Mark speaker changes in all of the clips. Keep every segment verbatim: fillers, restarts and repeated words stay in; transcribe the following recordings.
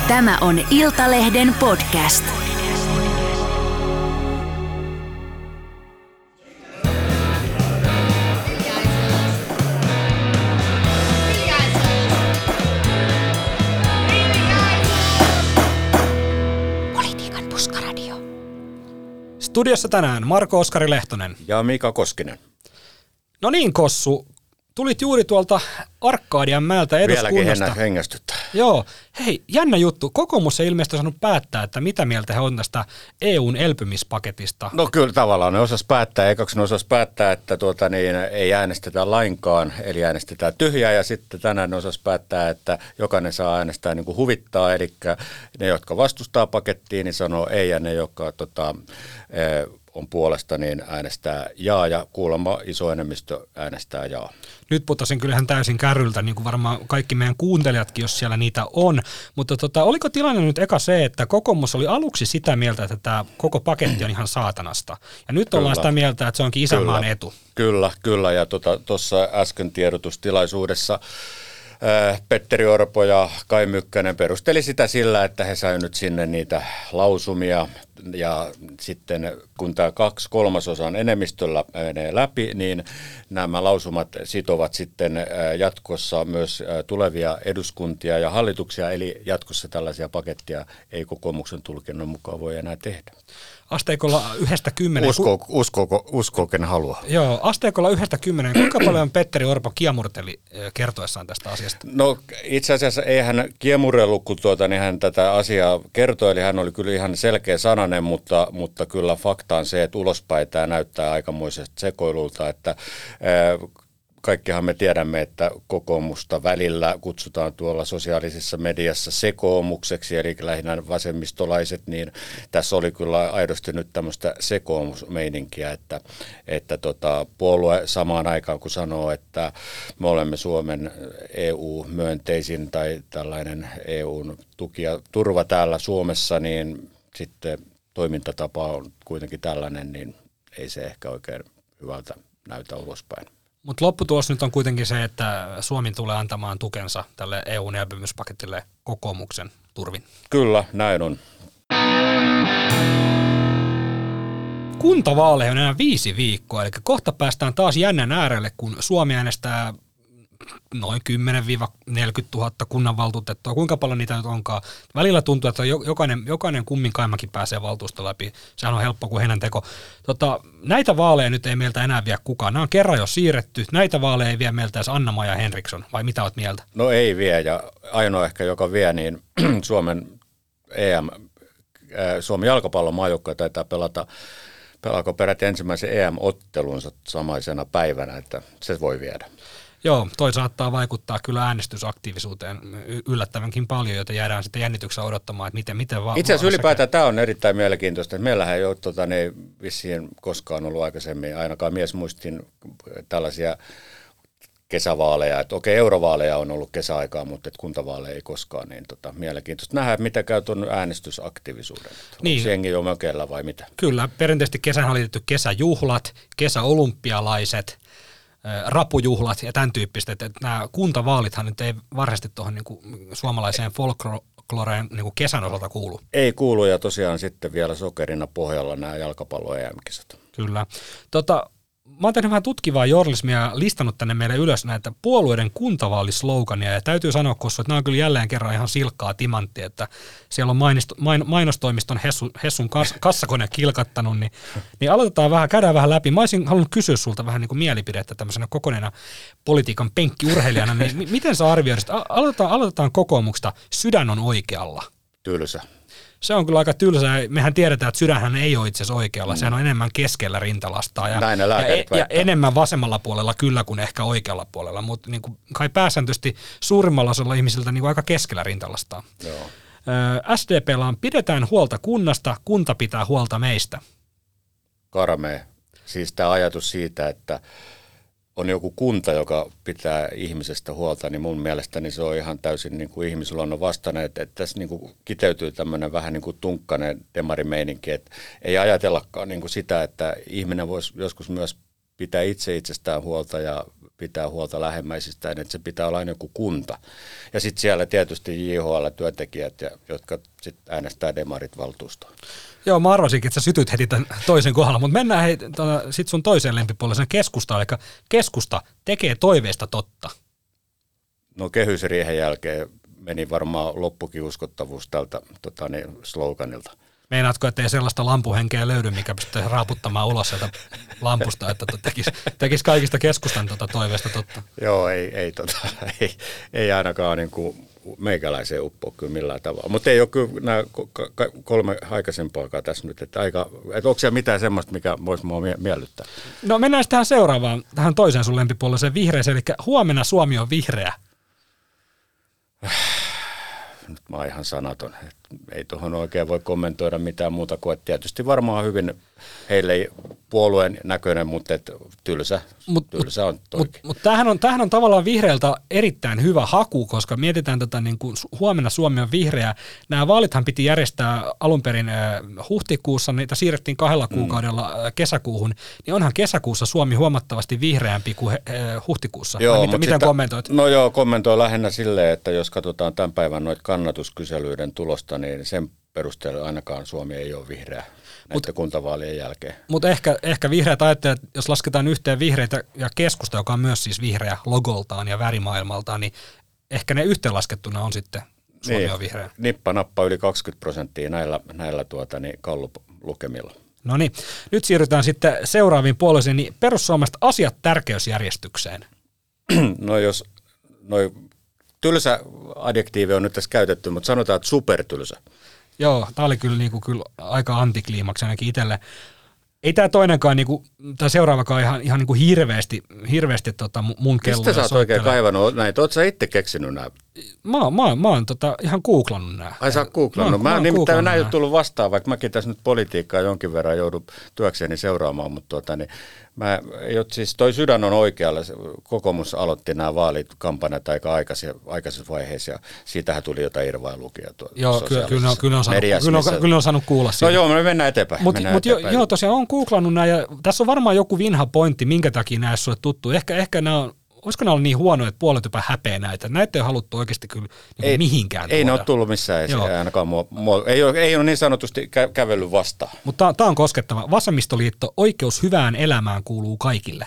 Speaker 1: Tämä on Iltalehden podcast.
Speaker 2: Politiikan puskaradio.
Speaker 3: Studiossa tänään Marko Oskari Lehtonen.
Speaker 4: Ja Mika Koskinen.
Speaker 3: No niin, Kossu. Tulit juuri tuolta Arkadianmäeltä eduskunnasta.
Speaker 4: Vieläkin hengästyttää.
Speaker 3: Joo. Hei, jännä juttu. Kokoomus ei ilmeisesti saanut päättää, että mitä mieltä he on tästä E U:n elpymispaketista.
Speaker 4: No kyllä tavallaan ne osas päättää. Ekaksi ne osas päättää, että tuota, niin, ei äänestetä lainkaan, eli äänestetään tyhjää. Ja sitten tänään ne osas päättää, että jokainen saa äänestää niin kuin huvittaa. Eli ne, jotka vastustaa pakettiin, niin sanoo ei, ja ne, jotka tota, on puolesta, niin äänestää jaa, ja kuulemma iso enemmistö äänestää jaa.
Speaker 3: Nyt putosin kyllähän täysin kärryltä, niin kuin varmaan kaikki meidän kuuntelijatkin, jos siellä niitä on. Mutta tota, oliko tilanne nyt eka se, että kokoomus oli aluksi sitä mieltä, että tämä koko paketti on ihan saatanasta. Ja nyt ollaan
Speaker 4: Kyllä.
Speaker 3: sitä mieltä, että se onkin isänmaan
Speaker 4: Kyllä.
Speaker 3: etu.
Speaker 4: Kyllä, kyllä. Ja tuossa tota, äsken tiedotustilaisuudessa äh, Petteri Orpo ja Kai Mykkänen perusteli sitä sillä, että he saivat nyt sinne niitä lausumia. Ja sitten kun tämä kaksi kolmasosan enemmistöllä menee läpi, niin nämä lausumat sitovat sitten jatkossa myös tulevia eduskuntia ja hallituksia, eli jatkossa tällaisia paketteja ei kokoomuksen tulkinnan mukaan voi enää tehdä.
Speaker 3: Asteikolla yhdestä kymmenen.
Speaker 4: Uskoo, uskoo, uskoo ken haluaa.
Speaker 3: Joo, asteikolla yhdestä kymmenen. Kuinka paljon Petteri Orpo kiemurteli kertoessaan tästä asiasta?
Speaker 4: No itse asiassa ei hän kiemurrellut, kun tuota, niin hän tätä asiaa kertoi, eli hän oli kyllä ihan selkeä sananen, mutta, mutta kyllä fakta on se, että ulospäin tämä näyttää aikamoisesta sekoilulta, että ää, kaikkihan me tiedämme, että kokoomusta välillä kutsutaan tuolla sosiaalisessa mediassa sekoomukseksi, eli lähinnä vasemmistolaiset, niin tässä oli kyllä aidosti nyt tämmöistä sekoomusmeininkiä, että, että tota, puolue samaan aikaan kun sanoo, että me olemme Suomen E U-myönteisin tai tällainen E U:n tuki ja turva täällä Suomessa, niin sitten toimintatapa on kuitenkin tällainen, niin ei se ehkä oikein hyvältä näytä ulospäin.
Speaker 3: Mutta lopputulos nyt on kuitenkin se, että Suomi tulee antamaan tukensa tälle E U:n elpymispaketille kokoomuksen turvin.
Speaker 4: Kyllä, näin on.
Speaker 3: Kuntavaaleihin on enää viisi viikkoa, eli kohta päästään taas jännän äärelle, kun Suomi äänestää noin kymmenen neljäkymmentätuhatta kunnanvaltuutettua. Kuinka paljon niitä nyt onkaan? Välillä tuntuu, että jokainen, jokainen kummin kaimakin pääsee valtuusta läpi. Sehän on helppo kuin heinän teko. Tota, näitä vaaleja nyt ei meiltä enää vie kukaan. Nämä on kerran jo siirretty. Näitä vaaleja ei vie meiltä edes Anna-Maja Henriksson. Vai mitä olet mieltä?
Speaker 4: No ei vie, ja ainoa ehkä joka vie, niin Suomen E M, Suomen jalkapallon maajoukkue taitaa pelata pelaako peräti ensimmäisen E M-ottelunsa samaisena päivänä, että se voi viedä.
Speaker 3: Joo, toi saattaa vaikuttaa kyllä äänestysaktiivisuuteen yllättävänkin paljon, joten jäädään sitten jännityksellä odottamaan, että miten, miten vaan.
Speaker 4: Itse asiassa ylipäätään tämä on erittäin mielenkiintoista, että meillähän ei ole tota, ne vissiin koskaan ollut aikaisemmin, ainakaan miesmuistin tällaisia kesävaaleja, että okei, eurovaaleja on ollut kesäaikaa, mutta et kuntavaaleja ei koskaan, niin tota, mielenkiintoista nähdä, mitä käy tuon äänestysaktiivisuuden. Niin. Onko jengi jo mökellä vai mitä?
Speaker 3: Kyllä, perinteisesti kesän on liitetty kesäjuhlat, kesäolympialaiset, rapujuhlat ja tämän tyyppistä, että nämä kuntavaalithan nyt ei varsinaisesti tuohon niin kuin suomalaiseen folkloreen niin kuin kesän osalta kuulu.
Speaker 4: Ei kuulu, ja tosiaan sitten vielä sokerina pohjalla nämä jalkapallo-E M-kisat.
Speaker 3: Kyllä. Tota, mä oon tehnyt vähän tutkivaa journalismia ja listannut tänne meille ylös näitä puolueiden kuntavaalislogania, ja täytyy sanoa, Kossu, että nämä on kyllä jälleen kerran ihan silkkaa timanttia, että siellä on mainisto, main, mainostoimiston Hessu, Hessun kas, kassakone kilkattanut, niin, niin aloitetaan vähän, käydään vähän läpi. Mä olisin halunnut kysyä sulta vähän niin kuin mielipidettä tämmöisenä kokoneena politiikan penkkiurheilijana, niin miten sä arvioisit? Aloitetaan, aloitetaan kokoomuksesta, sydän on oikealla.
Speaker 4: Tylsä.
Speaker 3: Se on kyllä aika tylsää. Mehän tiedetään, että sydänhän ei ole itse asiassa oikealla. Mm. Sehän on enemmän keskellä rintalastaa ja, ja, ja enemmän vasemmalla puolella kyllä kuin ehkä oikealla puolella, mutta niin kuin kai pääsääntöisesti suurimmalla osalla ihmisiltä niin kuin aika keskellä rintalastaa.
Speaker 4: Joo.
Speaker 3: S D P:llä on pidetään huolta kunnasta, kunta pitää huolta meistä.
Speaker 4: Karmea. Siis tämä ajatus siitä, että on joku kunta, joka pitää ihmisestä huolta, niin mun mielestäni se on ihan täysin niin kuin ihmisluonnon vastainen, että, että tässä niin kuin kiteytyy tämmöinen vähän niin kuin tunkkainen demarimeininki, että ei ajatellakaan niin kuin sitä, että ihminen voisi joskus myös pitää itse itsestään huolta ja pitää huolta lähemmäisistään, että se pitää olla aina joku kunta. Ja sitten siellä tietysti J H L-työntekijät, jotka sitten äänestää demarit valtuustoon.
Speaker 3: Joo, mä arvasinkin, että sä sytyt heti tämän toisen kohdalla, mutta mennään hei, tuota, sitten sun toiseen lempipuolelle, keskusta, eli keskusta tekee toiveesta totta.
Speaker 4: No kehysriihen jälkeen meni varmaan loppukin uskottavuus tältä tota, niin, sloganilta.
Speaker 3: Meinaatko, että ei sellaista lampuhenkeä löydy, mikä pystyy raaputtamaan ulos sieltä lampusta, että tekisi, tekisi kaikista keskustan tuota toiveesta totta?
Speaker 4: Joo, ei, ei, tota, ei, ei ainakaan niin kuin meikäläiseen uppoa kyllä millään tavalla. Mutta ei ole kyllä nämä kolme aikaisempaakaan tässä nyt. Että aika, että onko siellä mitään semmoista, mikä voisi mua miellyttää?
Speaker 3: No mennään tähän seuraavaan, tähän toiseen sun lempipuoliseen vihreeseen, eli huomenna Suomi on vihreä.
Speaker 4: Nyt mä oon ihan sanaton. Ei tuohon oikein voi kommentoida mitään muuta kuin, että tietysti varmaan hyvin heille puolueen näköinen, mutta et tylsä, mut, tylsä on toikin.
Speaker 3: Mutta mut tämähän, on, tämähän on tavallaan vihreältä erittäin hyvä haku, koska mietitään tätä niin kuin huomenna Suomi on vihreä. Nämä vaalithan piti järjestää alun perin äh, huhtikuussa, niitä siirrettiin kahdella kuukaudella äh, kesäkuuhun, niin onhan kesäkuussa Suomi huomattavasti vihreämpi kuin äh, huhtikuussa.
Speaker 4: Joo,
Speaker 3: mitä, miten
Speaker 4: sitä,
Speaker 3: kommentoit?
Speaker 4: No joo, kommentoi lähinnä silleen, että jos katsotaan tämän päivän noita kannatuskyselyiden tulosta, niin sen perusteella ainakaan Suomi ei ole vihreä näiden kuntavaalien jälkeen. Mutta
Speaker 3: ehkä, ehkä vihreät ajattelee, että jos lasketaan yhteen vihreitä ja keskusta, joka on myös siis vihreä logoltaan ja värimaailmaltaan, niin ehkä ne yhteenlaskettuna on sitten Suomi
Speaker 4: niin,
Speaker 3: on vihreä.
Speaker 4: Nippa nappa yli kaksikymmentä prosenttia näillä, näillä tuota, niin Gallup-lukemilla.
Speaker 3: No niin, nyt siirrytään sitten seuraaviin puolueisiin, niin perussuomalaiset asiat tärkeysjärjestykseen.
Speaker 4: No jos, noi tylsä adjektiivi on nyt tässä käytetty, mutta sanotaan, että supertylsä.
Speaker 3: Joo, tämä oli kyllä, niinku, kyllä aika antikliimaksi ainakin itselle. Ei tämä toinenkaan, niinku, tai seuraavakaan ihan, ihan niinku hirveästi, hirveästi tota mun kelloja.
Speaker 4: Mistä sä oot oikein kaivannut näitä? Oot sä itse keksinyt nämä?
Speaker 3: Mä, mä, mä oon tota, ihan googlannut nämä.
Speaker 4: Ai sä oot googlannut? Mä, mä, mä nimittäin näin ole tullut vastaan, vaikka mäkin tässä nyt politiikkaa jonkin verran joudun työkseni seuraamaan, mutta tuota, niin, mä, siis toi sydän on oikealla. Kokoomus aloitti nämä vaalikampanjat aika aikaisessa vaiheessa ja siitähän tuli jotain irvailukia.
Speaker 3: Joo, kyllä, kyllä, kyllä, on saanut, kyllä, on, kyllä on saanut kuulla siitä.
Speaker 4: No joo, me mennään eteenpäin.
Speaker 3: Mutta mut jo, joo, tosiaan on googlannut nämä ja tässä on varmaan joku vinha pointti, minkä takia nämä sulle tuttu. Ehkä, ehkä nämä on, olisiko nämä ollut niin huonoja, että puolet jopa häpeä näitä. Näitä ei ole haluttu oikeasti kyllä niin ei, mihinkään.
Speaker 4: Ei tuoda. Ne ole tullut missään esiin, ainakaan mua, mua, ei, ole, ei ole niin sanotusti kä- kävellyt vastaan.
Speaker 3: Mutta tämä on koskettava. Vasemmistoliitto, oikeus hyvään elämään kuuluu kaikille.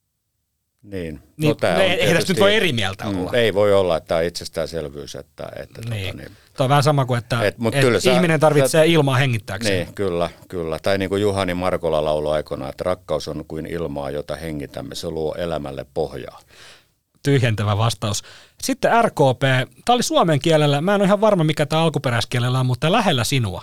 Speaker 4: Niin.
Speaker 3: niin
Speaker 4: no,
Speaker 3: ei, ei tässä nyt voi eri mieltä olla.
Speaker 4: Mm, ei voi olla, että tämä on itsestäänselvyys. Että, että
Speaker 3: niin.
Speaker 4: Tota, niin.
Speaker 3: Tämä on vähän sama kuin, että,
Speaker 4: et,
Speaker 3: että tylsä, ihminen tarvitsee et, ilmaa hengittääkseen.
Speaker 4: Niin, kyllä, kyllä. Tai niin kuin Juhani Markola lauloi aikoinaan, että rakkaus on kuin ilmaa, jota hengitämme. Se luo elämälle pohjaa. Tyhjentävä
Speaker 3: vastaus. Sitten R K P. Tämä oli suomen kielellä. Mä en ole ihan varma, mikä tämä alkuperäiskielellä on, mutta lähellä sinua.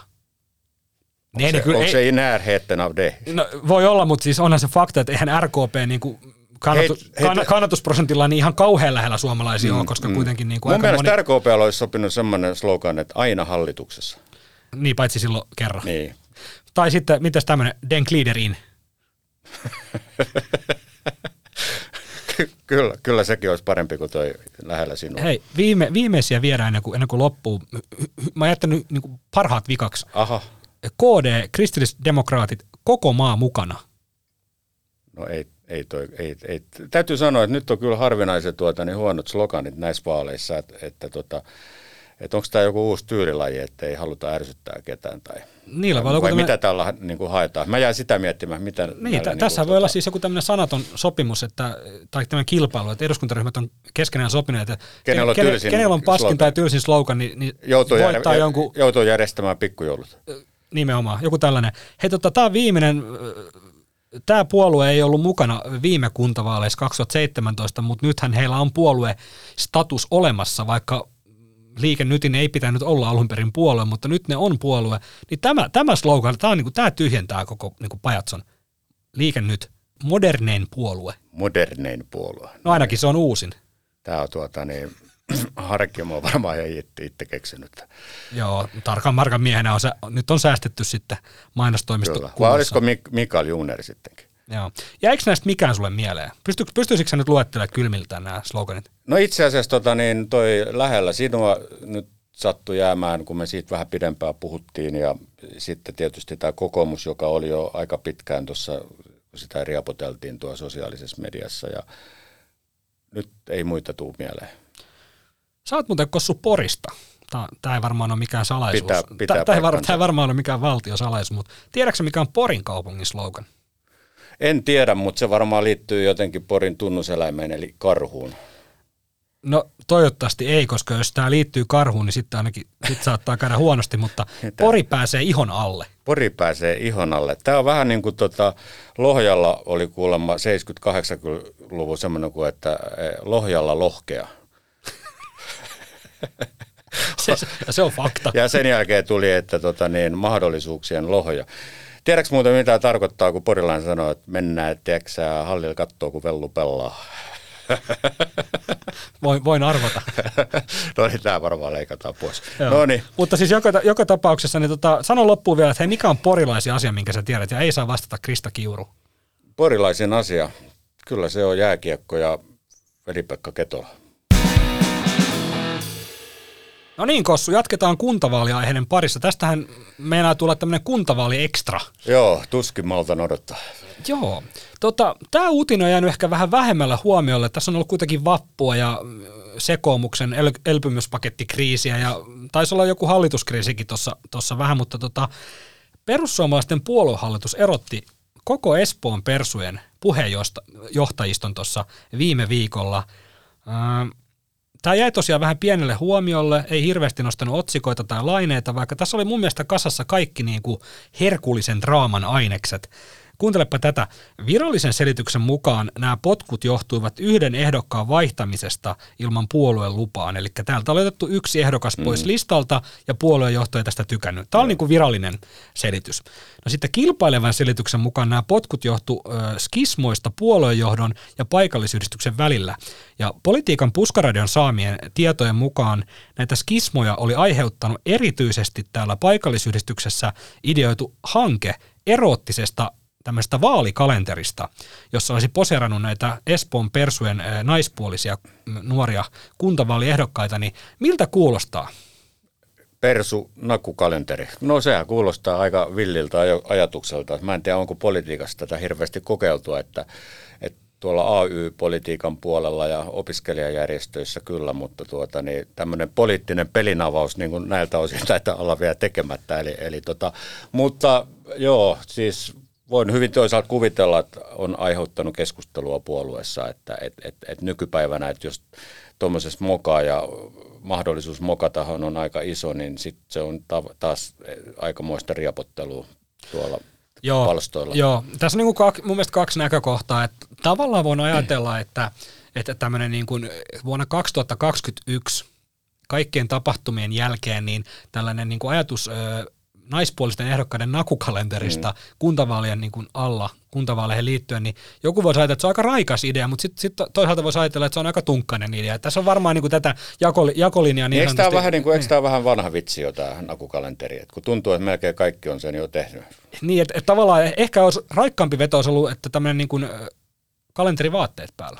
Speaker 4: Onko se, kyllä, onko se i närheten av det?
Speaker 3: No, voi olla, mutta siis onhan se fakta, että eihän R K P niin kuin kannatu, hei, hei, kann, kannatusprosentilla niin ihan kauhean lähellä suomalaisia mm, on, koska mm. kuitenkin niin kuin
Speaker 4: mun
Speaker 3: aika
Speaker 4: mielestä
Speaker 3: moni...
Speaker 4: R K P:llä olisi sopinut semmoinen slogan, että aina hallituksessa.
Speaker 3: Niin, paitsi silloin kerran.
Speaker 4: Niin.
Speaker 3: Tai sitten, mitäs tämmöinen, Den Gliederin?
Speaker 4: Kyllä, kyllä sekin olisi parempi kuin toi lähellä sinua.
Speaker 3: Hei, viime, viimeisiä vielä ennen kuin, ennen kuin loppuu. Mä oon jättänyt niin kuin parhaat vikaksi.
Speaker 4: Aha.
Speaker 3: K D, kristillisdemokraatit, koko maa mukana.
Speaker 4: No ei, ei toi, ei, ei. Täytyy sanoa, että nyt on kyllä harvinaiset tuota, niin huonot sloganit näissä vaaleissa, että, että, tota, että onko tämä joku uusi tyylilaji, että ei haluta ärsyttää ketään tai...
Speaker 3: Niillä
Speaker 4: vai
Speaker 3: vai
Speaker 4: mitä tämmönen... tällä niin kuin haetaan? Mä jään sitä miettimään, mitä...
Speaker 3: Niin,
Speaker 4: näillä,
Speaker 3: t-
Speaker 4: niin
Speaker 3: tässä
Speaker 4: kuin,
Speaker 3: voi
Speaker 4: tota...
Speaker 3: olla siis joku tämmöinen sanaton sopimus, että, tai tämmöinen kilpailu, että eduskuntaryhmät on keskenään sopineet, että
Speaker 4: kenellä on,
Speaker 3: kenellä, kenellä on paskin slogan. Tai tylsin slogan, niin, niin
Speaker 4: joutuu,
Speaker 3: voittaa
Speaker 4: jär,
Speaker 3: jonkun...
Speaker 4: Joutuu järjestämään pikkujoulut.
Speaker 3: Nimenomaan, joku tällainen. Hei, tota, tämä on viimeinen... Tämä puolue ei ollut mukana viime kuntavaaleissa kaksituhattaseitsemäntoista, mutta nythän heillä on puoluestatus olemassa, vaikka Liike Nytin ei pitänyt olla alun perin puolue, mutta nyt ne on puolue. Niin tämä, tämä slogan, tämä, on niin kuin, tämä tyhjentää koko niin kuin pajatson. Liike Nyt, modernein puolue.
Speaker 4: Modernein puolue.
Speaker 3: No ainakin se on uusin.
Speaker 4: Tämä on tuota niin... Harkimo on varmaan jo itse, itse keksinyt.
Speaker 3: Joo, tarkan markan miehenä on, nyt on säästetty sitten mainostoimisto.
Speaker 4: Kyllä, vai olisiko Mik- Mikael Juner sittenkin?
Speaker 3: Joo. Ja eikö näistä mikään sulle mieleen? Pysty, pystyisikö sä nyt luettelemaan kylmiltään nämä sloganit?
Speaker 4: No itse asiassa tota, niin toi lähellä sinua nyt sattui jäämään, kun me siitä vähän pidempään puhuttiin. Ja sitten tietysti tämä kokoomus, joka oli jo aika pitkään tuossa, sitä riapoteltiin tuossa sosiaalisessa mediassa. Ja nyt ei muita tuu mieleen.
Speaker 3: Sä oot muuten Kossu Porista. Tämä ei varmaan ole mikään salaisuus.
Speaker 4: Pitää, pitää
Speaker 3: Tämä ei, var, ei varmaan ole mikään valtiosalaisuus, mutta tiedätkö mikä on Porin kaupungin slogan?
Speaker 4: En tiedä, mutta se varmaan liittyy jotenkin Porin tunnuseläimeen eli karhuun.
Speaker 3: No toivottavasti ei, koska jos tämä liittyy karhuun, niin sitten ainakin sit saattaa käydä huonosti, mutta Pori pääsee ihon alle.
Speaker 4: Pori pääsee ihon alle. Tämä on vähän niin kuin tota, Lohjalla oli kuulemma seitsemänkymmentä-kahdeksankymmentäluvun semmoinen kuin, että Lohjalla lohkea.
Speaker 3: Se, se on fakta.
Speaker 4: Ja sen jälkeen tuli, että tota, niin, mahdollisuuksien Lohja. Tiedätkö muuten mitä tarkoittaa, kun porilainen sanoo, että mennään, tiedätkö sä, hallilla kattoo, kun vellu pelaa?
Speaker 3: Voin, voin arvata.
Speaker 4: No niin, tämä varmaan leikataan pois. No niin.
Speaker 3: Mutta siis joka, joka tapauksessa, niin tota, sano loppuun vielä, että hei, mikä on porilaisia asia, minkä sä tiedät, ja ei saa vastata Krista Kiuru.
Speaker 4: Porilaisin asia, kyllä se on jääkiekko ja Veli-Pekka Ketola.
Speaker 3: No niin, Kossu, jatketaan kuntavaaliaiheiden parissa. Tästähän meinaa tulla tämmöinen kuntavaali ekstra.
Speaker 4: Joo, tuskin maltan odottaa.
Speaker 3: Joo. Tota, tämä uutinen on jäänyt ehkä vähän vähemmällä huomiolle. Tässä on ollut kuitenkin vappua ja sekoomuksen el- elpymyspakettikriisiä ja taisi olla joku hallituskriisikin tuossa vähän, mutta tota, perussuomalaisten puoluehallitus erotti koko Espoon persujen puheenjohtajiston tuossa viime viikolla. Tämä jäi tosiaan vähän pienelle huomiolle, ei hirveästi nostanut otsikoita tai laineita, vaikka tässä oli mun mielestä kasassa kaikki niin kuin herkullisen draaman ainekset. Kuuntelepa tätä. Virallisen selityksen mukaan nämä potkut johtuivat yhden ehdokkaan vaihtamisesta ilman puolueen lupaan. Eli täältä oli otettu yksi ehdokas pois mm. listalta ja puoluejohto ei tästä tykännyt. Tämä on niin kuin virallinen selitys. No sitten kilpailevan selityksen mukaan nämä potkut johtu ö, skismoista puoluejohdon ja paikallisyhdistyksen välillä. Ja Politiikan Puskaradion saamien tietojen mukaan näitä skismoja oli aiheuttanut erityisesti täällä paikallisyhdistyksessä ideoitu hanke eroottisesta tämmöistä vaalikalenterista, jossa olisi poseerannut näitä Espoon persujen naispuolisia nuoria kuntavaaliehdokkaita, niin miltä kuulostaa?
Speaker 4: Persu nakukalenteri. No sehän kuulostaa aika villiltä ajatukselta. Mä en tiedä, onko politiikassa tätä hirveästi kokeiltua, että, että tuolla A Y-politiikan puolella ja opiskelijajärjestöissä kyllä, mutta tuota, niin tämmöinen poliittinen pelinavaus niin kuin näiltä osin taitaa olla vielä tekemättä. Eli, eli tota, mutta joo, siis voin hyvin toisaalta kuvitella, että on aiheuttanut keskustelua puolueessa, että et, et, et nykypäivänä, että jos tuommoisessa mokaa ja mahdollisuus mokatahan on aika iso, niin sit se on ta- taas aikamoista riapottelua tuolla
Speaker 3: joo,
Speaker 4: palstoilla.
Speaker 3: Joo, tässä on niin kuin kaksi, mun mielestä kaksi näkökohtaa, että tavallaan voin ajatella, että, että tämmöinen niin kuin vuonna kaksituhattakaksikymmentäyksi kaikkien tapahtumien jälkeen niin tällainen niin kuin ajatus naispuolisten ehdokkaiden nakukalenterista mm. kuntavaalien niin kuin alla, kuntavaaleihin liittyen, niin joku voisi ajatella, että se on aika raikas idea, mutta sitten sit toisaalta voisi ajatella, että se on aika tunkkainen idea. Tässä on varmaan niin kuin tätä jako, jakolinjaa. Niin
Speaker 4: eikö tämä vähän, niin kuin, eikö vähän vanha vitsi jo tämä nakukalenteri, että kun tuntuu, että melkein kaikki on sen jo tehnyt.
Speaker 3: Niin, että, että tavallaan ehkä olisi raikkaampi veto olisi ollut, että tämmöinen niin kuin kalenterivaatteet päällä.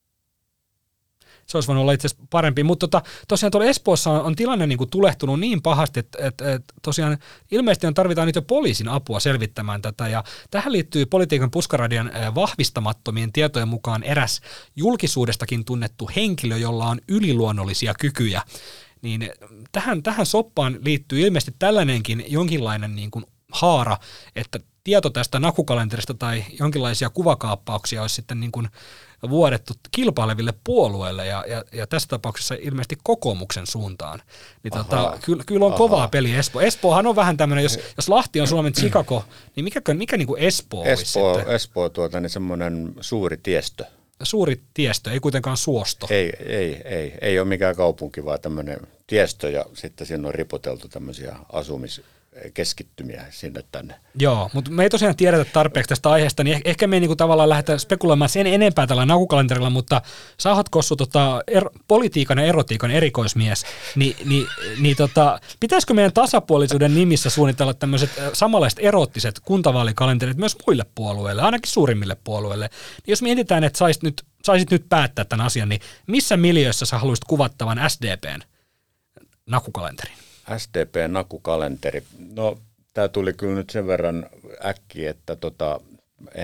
Speaker 3: Se olisi voinut olla itse asiassa parempi, mutta tota, tosiaan tuolla Espoossa on, on tilanne niin kuin tulehtunut niin pahasti, että, että, että tosiaan ilmeisesti on tarvitaan nyt jo poliisin apua selvittämään tätä, ja tähän liittyy Politiikan Puskaradion vahvistamattomien tietojen mukaan eräs julkisuudestakin tunnettu henkilö, jolla on yliluonnollisia kykyjä, niin tähän, tähän soppaan liittyy ilmeisesti tällainenkin jonkinlainen niin kuin haara, että tieto tästä nakukalenterista tai jonkinlaisia kuvakaappauksia olisi sitten niin kuin vuodettu kilpaileville puolueille ja, ja, ja tässä tapauksessa ilmeisesti kokoomuksen suuntaan. Niin tota, kyllä, kyllä on Aha. kovaa peli Espoo. Espoohan on vähän tämmöinen, jos, jos Lahti on Suomen Chicago, niin mikä, mikä niin kuin Espoo,
Speaker 4: Espoo
Speaker 3: olisi sitten?
Speaker 4: Espoo tuota, niin semmoinen suuri tiestö.
Speaker 3: Suuri tiestö, ei kuitenkaan suosto.
Speaker 4: Ei, ei, ei, ei ole mikään kaupunki, vaan tämmöinen tiestö ja sitten siinä on ripoteltu tämmöisiä asumis keskittymiä sinne tänne.
Speaker 3: Joo, mutta me ei tosiaan tiedetä tarpeeksi tästä aiheesta, niin ehkä me ei niinku tavallaan lähdetä spekuloimaan sen enempää tällä nakukalenterilla, mutta sä oot Kossu tota, er, politiikan ja erotiikan erikoismies, niin, niin, niin tota, pitäisikö meidän tasapuolisuuden nimissä suunnitella tämmöiset samanlaiset erottiset kuntavaalikalenterit myös muille puolueille, ainakin suurimmille puolueille? Niin jos mietitään, että saisit nyt, saisit nyt päättää tämän asian, niin missä miljöössä sä haluaisit kuvattavan S D P:n nakukalenterin?
Speaker 4: S D P-nakukalenteri. No, tämä tuli kyllä nyt sen verran äkkiä, että tota, en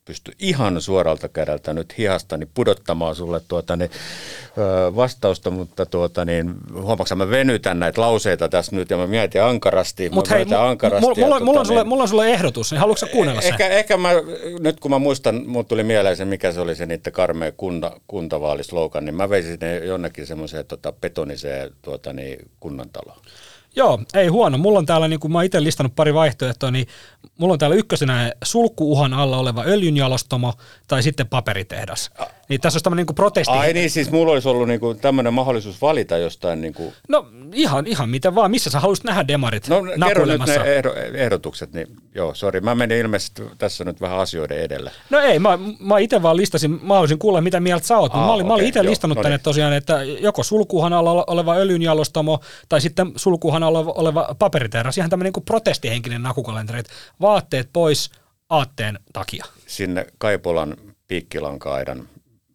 Speaker 4: pysty ihan suoralta kädeltä nyt hihastani pudottamaan sulle tuota, niin, ö, vastausta, mutta tuota, niin, huomaatko, mä venytän näitä lauseita tässä nyt ja mä mietin ankarasti.
Speaker 3: Mutta hei, ankarasti mulla, mulla, mulla, on sulle, mulla on sulle ehdotus, niin haluatko sä kuunnella sen?
Speaker 4: Ehkä, ehkä mä, nyt kun mä muistan, mun tuli mieleen se, mikä se oli se niiden karmea kunta, kuntavaalislogan, niin mä veisin ne jonnekin semmoiseen tota, betoniseen tuota, niin, kunnantaloon.
Speaker 3: Joo, ei huono. Mulla on täällä, niin kun mä oon itse listannut pari vaihtoehtoa, niin mulla on täällä ykkösenä sulkkuuhan alla oleva öljynjalostamo tai sitten paperitehdas. Niin tässä olisi tämmöinen niin protesti.
Speaker 4: Ai niin, siis mulla olisi ollut niin kuin tämmöinen mahdollisuus valita jostain. Niin kuin...
Speaker 3: No ihan, ihan miten vaan. Missä sä haluaisit nähdä demarit
Speaker 4: no,
Speaker 3: nakuilemassa?
Speaker 4: Kerro nyt ne ehdotukset. Niin, joo, sori. Mä menin ilmeisesti tässä nyt vähän asioiden edellä.
Speaker 3: No ei, mä, mä itse vaan listasin. Mä haluaisin kuulla, mitä mieltä sä oot. Aa, mä olin, okay, olin itse listannut no tänne niin. tosiaan, että joko sulkuuhan alla oleva öljynjalostamo tai sitten sulkuuhan alla oleva paperitehdas. Ihan tämmöinen niin protestihenkinen nakukalenteri. Vaatteet pois aatteen takia. Sinne
Speaker 4: Kaipolan piikkilanka-aidan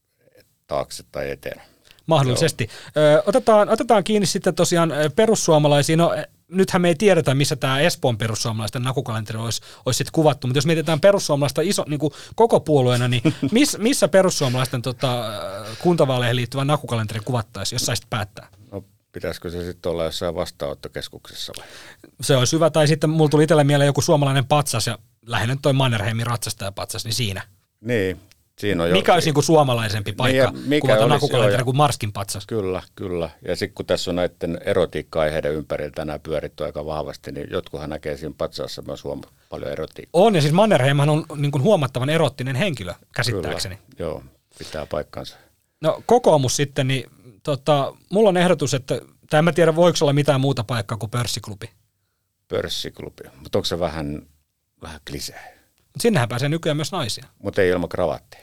Speaker 4: taakse tai eteen.
Speaker 3: Mahdollisesti. Ö, otetaan, otetaan kiinni sitten tosiaan perussuomalaisiin. No, nythän me ei tiedetä, missä tämä Espoon perussuomalaisten nakukalenteri olisi, olisi sitten kuvattu, mutta jos mietitään perussuomalaista iso, niin kuin koko puolueena, niin miss, missä perussuomalaisten tota, kuntavaaleihin liittyvän nakukalenteri kuvattaisiin, jos saisit päättää?
Speaker 4: No, pitäisikö se sitten olla jossain vastaanottokeskuksessa vai?
Speaker 3: Se olisi hyvä, tai sitten mulla tuli itselle mieleen joku suomalainen patsas, ja lähinnä toi Mannerheimin ratsastajapatsas, niin siinä.
Speaker 4: Niin. Siinä on
Speaker 3: mikä jo, olisi niin kuin suomalaisempi paikka niin, kuvata nakukalenteri kuin Marskin patsas?
Speaker 4: Kyllä, kyllä. Ja sitten kun tässä on näiden erotiikka-aiheiden ympärillä tänään pyöritty aika vahvasti, niin jotkuhan näkee siinä patsaassa myös huom- paljon erotiikkaa.
Speaker 3: On, ja siis Mannerheimhan on niin kuin huomattavan erottinen henkilö, käsittääkseni.
Speaker 4: Kyllä, joo, pitää paikkansa.
Speaker 3: No kokoomus sitten, niin tota, mulla on ehdotus, että, tai en mä tiedä voiko olla mitään muuta paikkaa kuin pörssiklubi.
Speaker 4: Pörssiklubi, mutta onko se vähän, vähän klisee?
Speaker 3: Mutta sinnehän pääsee nykyään myös naisia.
Speaker 4: Mutta ei ilman kravattia.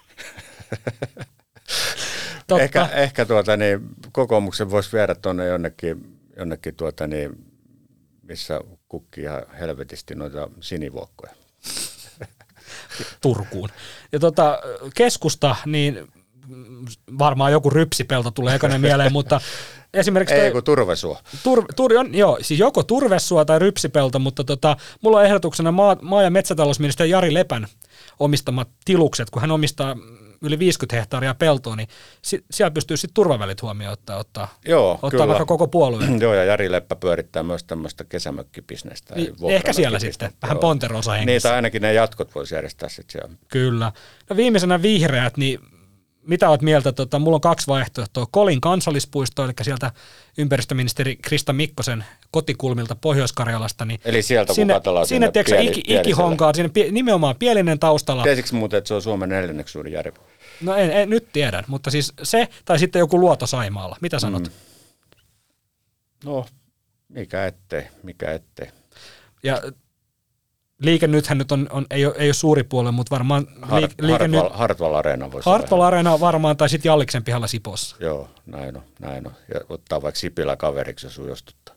Speaker 4: ehkä ehkä tuota, niin, kokoomuksen voisi viedä tuonne jonnekin, jonnekin tuota, niin, missä kukkii ihan helvetisti noita sinivuokkoja.
Speaker 3: Turkuun. Ja tota, keskusta, niin varmaan joku rypsipelto tulee ekana mieleen, mutta esimerkiksi...
Speaker 4: Ei, kun turvesuo.
Speaker 3: Tur, tur, on, joo, siis joko turvesuo tai rypsipelto, mutta tota, mulla on ehdotuksena maa, maa- ja metsätalousministeri Jari Lepän omistamat tilukset, kun hän omistaa yli viisikymmentä hehtaaria peltoa, niin si- siellä pystyy sitten turvavälit huomioon ottaa, ottaa,
Speaker 4: joo,
Speaker 3: ottaa
Speaker 4: kyllä.
Speaker 3: vaikka koko puolueen.
Speaker 4: Joo, ja Jari Leppä pyörittää myös tämmöistä kesämökkibisnestä.
Speaker 3: Niin, ehkä siellä sitten, vähän Ponterosa hengessä.
Speaker 4: Niin, tai ainakin ne jatkot voisi järjestää sitten siellä.
Speaker 3: Kyllä. No viimeisenä vihreät, niin mitä olet mieltä? Tota, mulla on kaksi vaihtoehtoa. Kolin kansallispuisto, eli sieltä ympäristöministeri Krista Mikkosen kotikulmilta Pohjois-Karjalasta. Niin
Speaker 4: eli sieltä sinne, kun katsellaan
Speaker 3: sinne, sinne pieli, iki, ikihonkaa, sinne pie, nimenomaan Pielinen taustalla.
Speaker 4: Tiesitkö muuten, että se on Suomen neljänneksi suurin järvi?
Speaker 3: No en, en, nyt tiedän, mutta siis se, tai sitten joku luoto Saimaalla. Mitä sanot? Mm.
Speaker 4: No, mikä ettei, mikä ettei.
Speaker 3: Ja Liike Nythän nyt on, on, ei, ole, ei ole suuri puolue, mutta varmaan...
Speaker 4: Hart,
Speaker 3: liike
Speaker 4: Hartwall,
Speaker 3: nyt,
Speaker 4: Hartwall Areena voisi
Speaker 3: Hartwall Areena varmaan, tai sitten Jalliksen pihalla Sipossa.
Speaker 4: Joo, näin on, näin on. Ja ottaa vaikka Sipilä kaveriksi, jos ujostuttaa.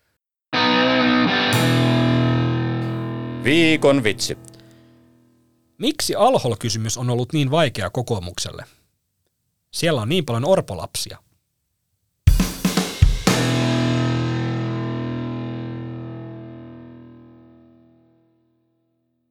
Speaker 4: Viikon vitsi.
Speaker 3: Miksi Al-Hol-kysymys on ollut niin vaikea kokoomukselle? Siellä on niin paljon orpolapsia.